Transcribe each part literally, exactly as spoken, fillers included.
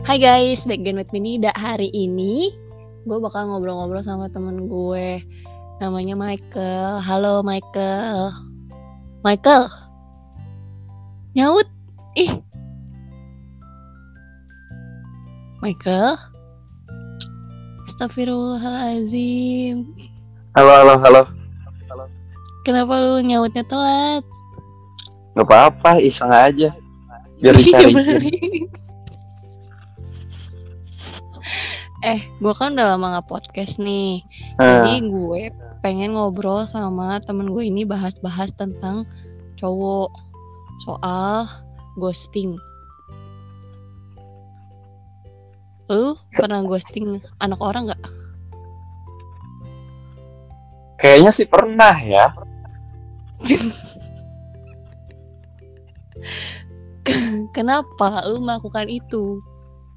Hai guys, back again with me Nida. Hari ini gue bakal ngobrol-ngobrol sama temen gue, namanya Michael. Halo Michael. Michael, nyaut. Ih, Michael. Astagfirullahaladzim. Halo, halo, halo. Kenapa lu nyautnya telat? Gak apa-apa, iseng aja. Biar dicariin. Eh, gue kan udah lama gak podcast nih. Hmm. Jadi gue pengen ngobrol sama temen gue ini, bahas-bahas tentang cowok, soal ghosting. Lu pernah ghosting anak orang gak? Kayaknya sih pernah ya. Kenapa lu melakukan itu?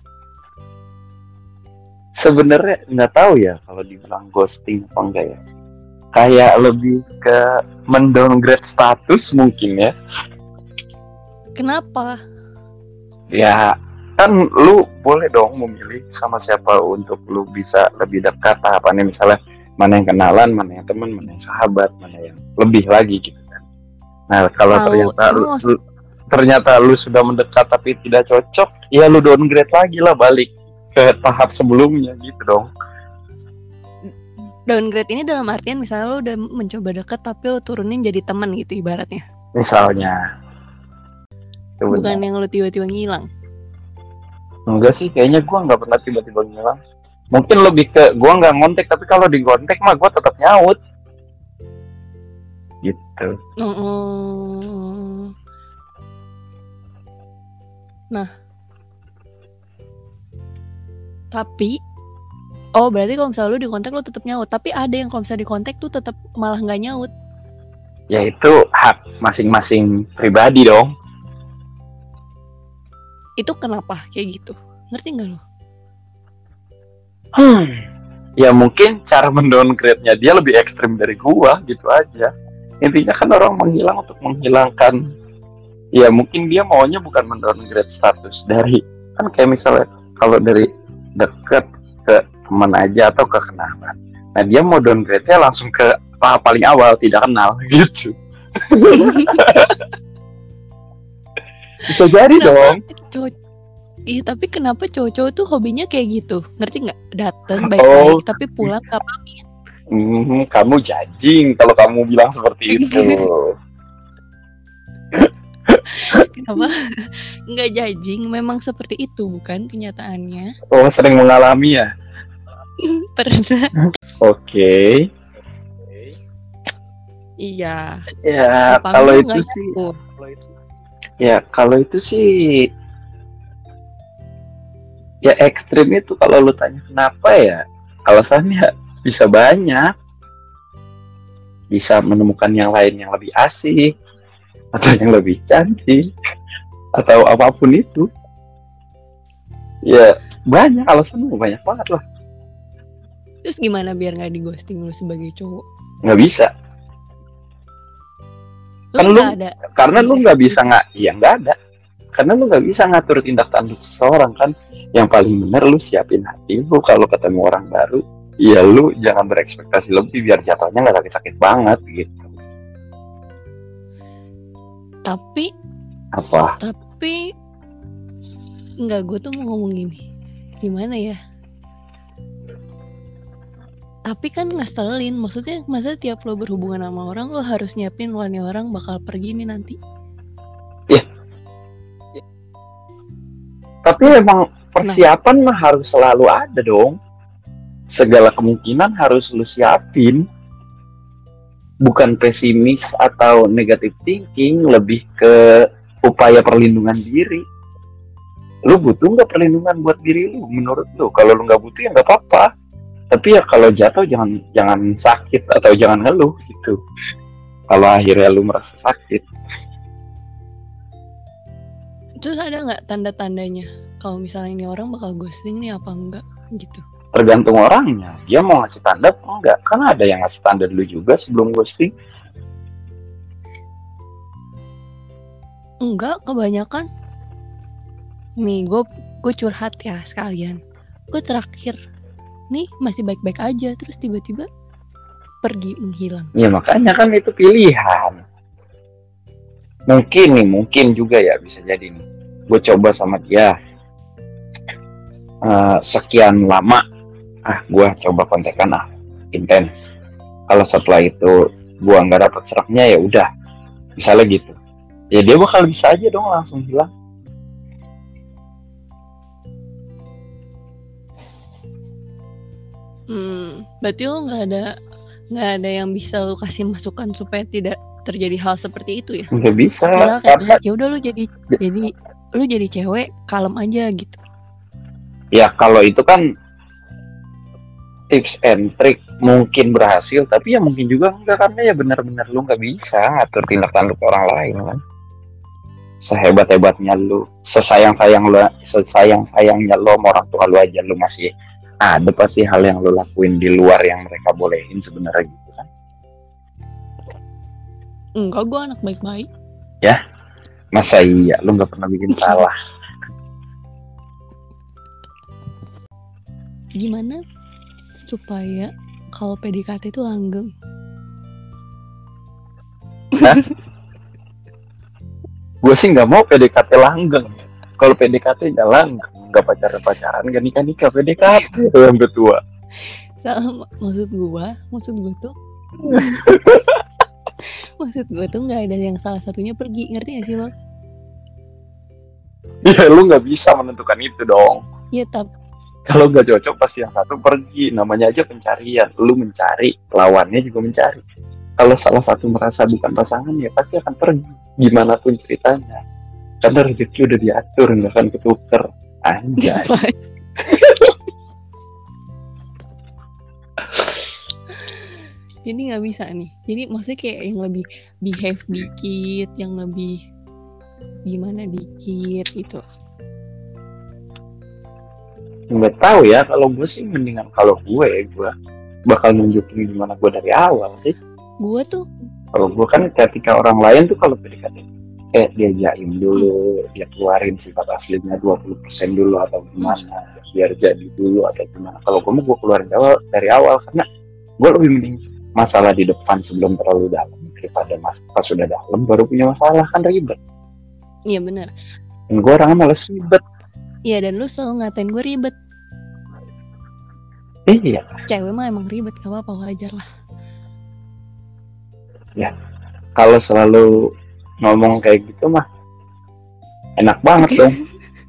Sebenarnya nggak tahu ya kalau dibilang ghosting apa enggak ya. Kayak lebih ke mendowngrade status mungkin ya. Kenapa? Ya kan lu boleh dong memilih sama siapa untuk lu bisa lebih dekat tahapannya, misalnya mana yang kenalan, mana yang teman, mana yang sahabat, mana yang lebih lagi gitu kan. Nah kalau Tahu, ternyata lu, emang lu ternyata lu sudah mendekat tapi tidak cocok, ya lu downgrade lagi lah, balik ke tahap sebelumnya gitu dong. downgrade ini dalam artian misalnya lu udah mencoba deket tapi lu turunin jadi teman gitu ibaratnya. Misalnya. Bukan Benar. yang lu tiba-tiba ngilang. Enggak sih, kayaknya gua nggak pernah tiba-tiba ngilang. Mungkin lebih ke gua nggak ngontek, tapi kalau di kontak mah gua tetap nyaut. Gitu. Mm-mm. Nah, tapi oh berarti kalau misalnya lu di kontak lu tetap nyaut, tapi ada yang kalau misalnya di kontak tuh tetap malah nggak nyaut. Ya itu hak masing-masing pribadi dong. Itu kenapa kayak gitu? Ngerti nggak lo? Hmm. Ya mungkin cara mendowngrade-nya dia lebih ekstrim dari gua gitu aja. Intinya kan orang menghilang untuk menghilangkan. Ya mungkin dia maunya bukan mendowngrade status dari, kan kayak misalnya kalau dari deket ke teman aja atau ke kenalan. Nah dia mau downgrade-nya langsung ke tahap paling awal, tidak kenal gitu. Bisa jadi dong. Cowok- Iya, tapi kenapa cowok-cowok tuh hobinya kayak gitu? Ngerti nggak? Dateng Oh. baik-baik tapi pulang nggak pamit. Hmm, kamu judging kalau kamu bilang seperti itu. Kenapa? Nggak judging, memang seperti itu bukan kenyataannya. Oh, sering mengalami ya? Pernah. Oke. Iya. Ya, Apa kalau enggak itu nggak sih, nyaut? ya kalau itu sih, ya ekstrim itu kalau lu tanya kenapa ya, alasannya bisa banyak. Bisa menemukan yang lain yang lebih asik, atau yang lebih cantik, atau apapun itu. Ya banyak alasannya, banyak banget lah. Terus gimana biar nggak di ghosting lu sebagai cowok? Nggak bisa, Lu Kan lu- nggak ada. karena lu nggak Efektif. bisa nggak, iya nggak ada. Karena lu nggak bisa ngatur tindak tanduk seseorang kan. Yang paling benar lu siapin hati lu kalau ketemu orang baru. Ya lu jangan berekspektasi lebih biar jatuhnya nggak sakit-sakit banget gitu. Tapi Apa? tapi nggak, gue tuh mau ngomong gini, gimana ya? Tapi kan ngeselin, maksudnya masa tiap lo berhubungan sama orang lo harus nyiapin wah nih orang bakal pergi nih nanti. Tapi emang persiapan mah harus selalu ada dong. Segala kemungkinan harus lu siapin. Bukan pesimis atau negative thinking, lebih ke upaya perlindungan diri. Lu butuh nggak perlindungan buat diri lu? Menurut lu, kalau lu nggak butuh ya nggak apa-apa. Tapi ya kalau jatuh jangan jangan sakit atau jangan ngeluh gitu. Kalau akhirnya lu merasa sakit. Terus ada nggak tanda-tandanya kalau misalnya ini orang bakal ghosting nih apa enggak gitu? Tergantung orangnya, dia mau ngasih tanda apa enggak. Kan ada yang ngasih tanda dulu juga sebelum ghosting. Enggak, kebanyakan nih gue gue curhat ya sekalian. Gue terakhir nih masih baik-baik aja, terus tiba-tiba pergi menghilang. Ya makanya kan itu pilihan. Mungkin nih, mungkin juga ya bisa jadi nih. Gue coba sama dia uh, sekian lama, ah gue coba kontekan ah intens. Kalau setelah itu gue nggak dapet seraknya ya udah, misalnya gitu. Ya dia bakal bisa aja dong langsung hilang. Hmm, berarti lo nggak ada nggak ada yang bisa lo kasih masukan supaya tidak terjadi hal seperti itu ya? Nggak bisa. Karena ya udah lo jadi jadi lo jadi cewek kalem aja gitu. Ya kalau itu kan tips and trick mungkin berhasil, tapi ya mungkin juga enggak karena ya benar-benar lu nggak bisa ngatur tindak tanduk orang lain kan. Sehebat-hebatnya lu, sesayang-sayang lu, sesayang-sayangnya lu sama orang tua lu aja lu masih ada pasti hal yang lu lakuin di luar yang mereka bolehin sebenarnya gitu kan. Enggak, gue anak baik-baik. Ya, masa iya lu nggak pernah bikin salah? Gimana supaya kalau P D K T itu langgeng? Hah? Gue sih nggak mau P D K T langgeng. Kalau P D K T nggak langgeng, nggak pacaran-pacaran, nggak nikah-nikah, P D K T itu yang berdua. Sama, maksud gue, maksud gue tuh, maksud gue tuh nggak ada yang salah satunya pergi, ngerti nggak sih lo? Ya lu nggak bisa menentukan itu dong. Iya tapi kalau nggak cocok pasti yang satu pergi, namanya aja pencarian. Lu mencari, lawannya juga mencari. Kalau salah satu merasa bukan pasangan ya pasti akan pergi, gimana pun ceritanya. Karena rezeki udah diatur, nggak akan ketuker. Anjay. Jadi nggak bisa nih. Jadi maksudnya kayak yang lebih behave dikit, yang lebih gimana dikit gitu. Nggak tahu ya, kalau gue sih mendingan kalau gue, gue bakal nunjukin gimana gue dari awal sih. Gue tuh kalau gue kan ketika orang lain tuh kalau P D K T kayak dia jaim dulu, hmm. dia keluarin sifat aslinya dua puluh persen dulu atau gimana, hmm. biar jadi dulu atau gimana. Kalau gue mau gue keluarin awal, dari awal karena gue lebih mending masalah di depan sebelum terlalu dalam daripada mas pas sudah dalam baru punya masalah, kan ribet. Iya benar. Dan gue orangnya males ribet. Iya, dan lu selalu ngatain gue ribet. Iya. Cewek mah emang ribet, gak apa-apa, wajar lah. Ya, kalau selalu ngomong kayak gitu mah enak banget dong.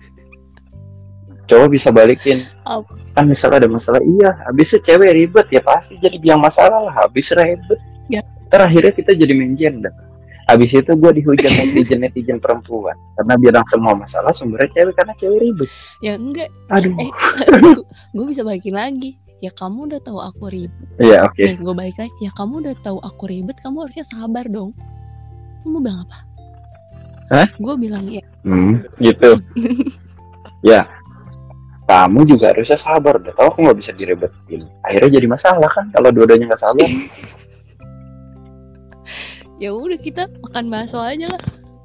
Coba bisa balikin. Oh. Kan misalnya ada masalah, iya, habisnya cewek ribet ya pasti jadi biang masalah lah, habis ribet. Ya. Terakhirnya kita jadi main gender. Habis itu gue dihujat netizen-netizen perempuan karena bilang semua masalah sumbernya cewek karena cewek ribet. Ya enggak. Aduh. Eh, gue bisa balikin lagi. Ya kamu udah tahu aku ribet. Iya oke. Okay. Nih gue balik lagi. Ya kamu udah tahu aku ribet, kamu harusnya sabar dong. Kamu bilang apa? Hah? Gue bilang ya. Hmm, gitu. Ya. Kamu juga harusnya sabar. Udah tahu aku nggak bisa direbetin. Akhirnya jadi masalah kan kalau dua-duanya nggak sabar. Ya udah kita makan bakso aja lah.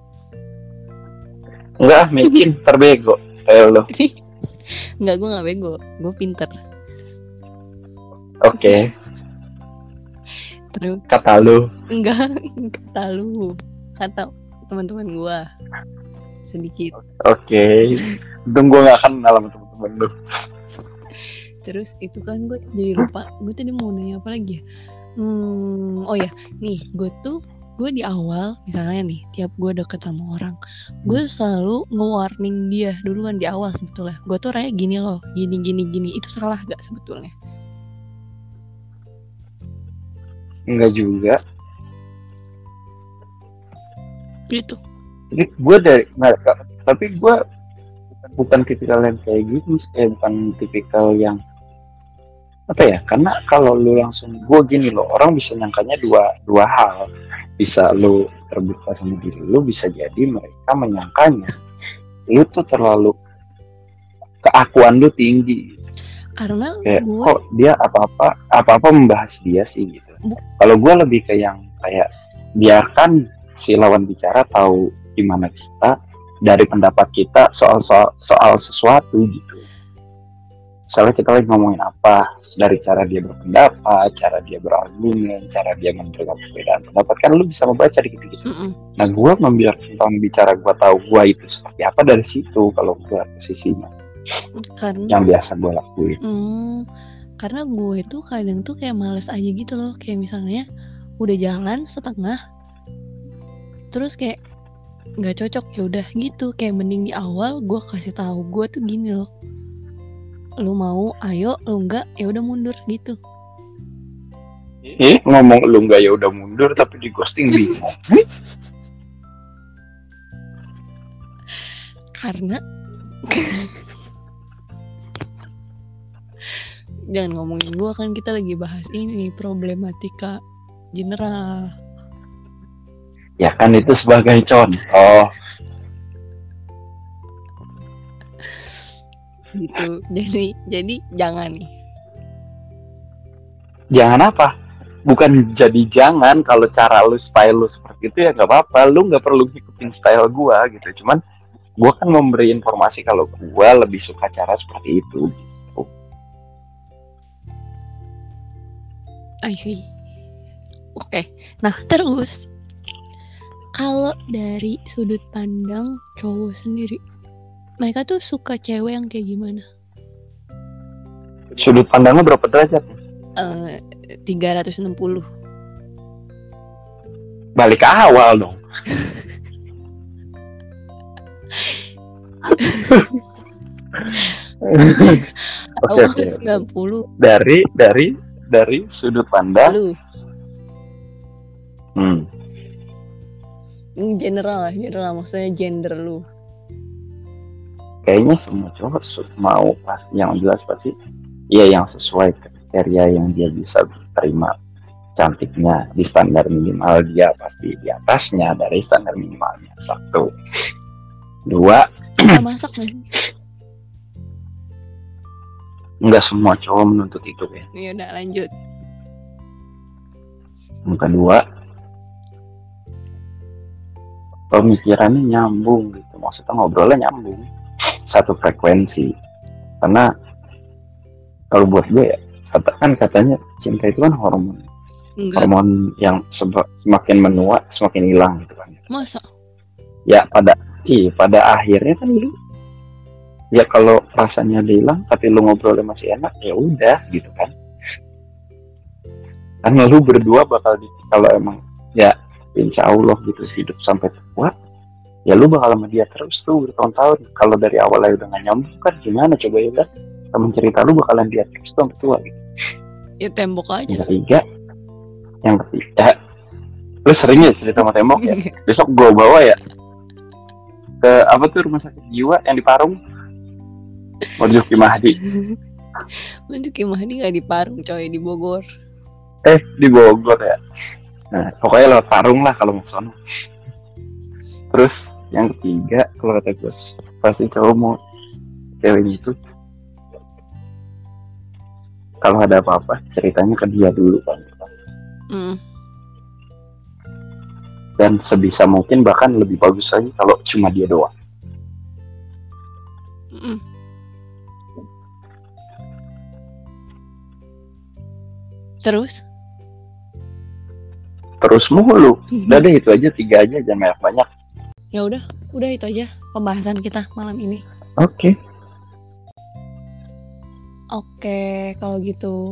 Enggak, mecin terbego kayak lo. Enggak, gue nggak bego, gue pinter. Oke. Okay. Terus kata lu? Enggak, kata lu, kata teman-teman gue sedikit. Oke. Okay. Untung gue nggak kenal sama teman-teman lu. Terus itu kan gue jadi lupa. Gue tadi mau nanya apa lagi ya? Hmm, oh ya, nih gue tuh gue di awal misalnya nih tiap gue deket sama orang gue selalu nge-warning dia duluan di awal sebetulnya gue tuh orangnya gini loh gini gini gini itu salah gak sebetulnya? Enggak juga gitu. Jadi gue dari nah, tapi gue bukan, bukan tipikal yang kayak gitu eh, bukan tipikal yang apa ya, karena kalau lu langsung gue gini loh, orang bisa nyangkanya dua dua hal. Bisa lu terbuka sama diri lu, bisa jadi mereka menyangkanya lu tuh terlalu keakuan lu tinggi karena kayak gue... kok dia apa-apa apa-apa membahas dia sih gitu. Kalau gue lebih ke yang kayak biarkan si lawan bicara tahu gimana kita, dari pendapat kita soal soal, soal sesuatu gitu. Soalnya kita lagi ngomongin apa, dari cara dia berpendapat, cara dia berargumen, cara dia menerima perbedaan pendapat, kan lu bisa membaca dikit-dikit. Mm-mm. Nah gue membiarkan lawan bicara gue tahu gue itu seperti apa dari situ kalau gue posisinya Karena yang biasa gue lakuin. hmm, karena gue tuh kadang tuh kayak males aja gitu loh, kayak misalnya udah jalan setengah terus kayak nggak cocok, ya udah gitu, kayak mending di awal gue kasih tahu gue tuh gini loh, lu mau ayo, lu enggak ya udah mundur gitu. Eh ngomong lu enggak ya udah mundur tapi di ghosting bingung. Karena jangan ngomongin gue, kan kita lagi bahas ini problematika general. Ya kan itu sebagai contoh gitu. Jadi jadi jangan nih. Jangan apa? Bukan jadi jangan, kalau cara lu, style lu seperti itu ya nggak apa-apa. Lu nggak perlu ngikutin style gua gitu. Cuman gua kan memberi informasi kalau gua lebih suka cara seperti itu. Gitu. I see. Oke. Okay. Nah terus kalau dari sudut pandang cowok sendiri, mereka tuh suka cewek yang kayak gimana? Sudut pandangnya berapa derajat? Uh, tiga ratus enam puluh. Balik ke awal dong. Oke oke. sembilan puluh. Dari dari dari sudut pandang. Lu. Hmm. General lah, general maksudnya gender lu. Kayaknya semua cowok mau pasti yang jelas pasti ya yang sesuai kriteria yang dia bisa terima. Cantiknya di standar minimal dia pasti di atasnya dari standar minimalnya. Satu. Dua. Kita masak nih. Enggak semua cowok menuntut itu ya. Ya udah lanjut. Yang kedua, pemikirannya nyambung gitu, maksudnya ngobrolnya nyambung, satu frekuensi. Karena kalau buat gue ya, kan katanya cinta itu kan hormon. Enggak. Hormon yang seba, semakin menua semakin hilang gitu kan. Masa? Ya pada iya pada akhirnya kan lu ya kalau rasanya hilang tapi lu ngobrolnya masih enak ya udah gitu kan. Kan lu berdua bakal di, kalau emang ya insya Allah gitu hidup sampai tua ya lu bakal sama dia terus tuh bertahun-tahun. Kalau dari awalnya udah gak nyambung kan gimana coba ya udah temen cerita lu bakalan dia terus tuh sampai tua gitu. Ya tembok aja. Yang ketiga yang ketiga lu sering ya cerita sama tembok ya, besok gua bawa ya ke apa tuh rumah sakit jiwa yang di Parung, Marzuki Mahdi. Marzuki Mahdi nggak di Parung coy, di Bogor. Eh di Bogor ya. Nah pokoknya lewat Parung lah kalau mau sono. Terus yang ketiga kalau kata gue pasti cowok mau ceweknya itu kalau ada apa-apa ceritanya ke dia dulu kan. Mm. Dan sebisa mungkin bahkan lebih bagus lagi kalau cuma dia doang. Mm. Terus? Terus mulu. Udah deh itu aja, tiga aja, jangan banyak-banyak. Ya udah, udah itu aja pembahasan kita malam ini. Oke. Okay. Oke, kalau gitu.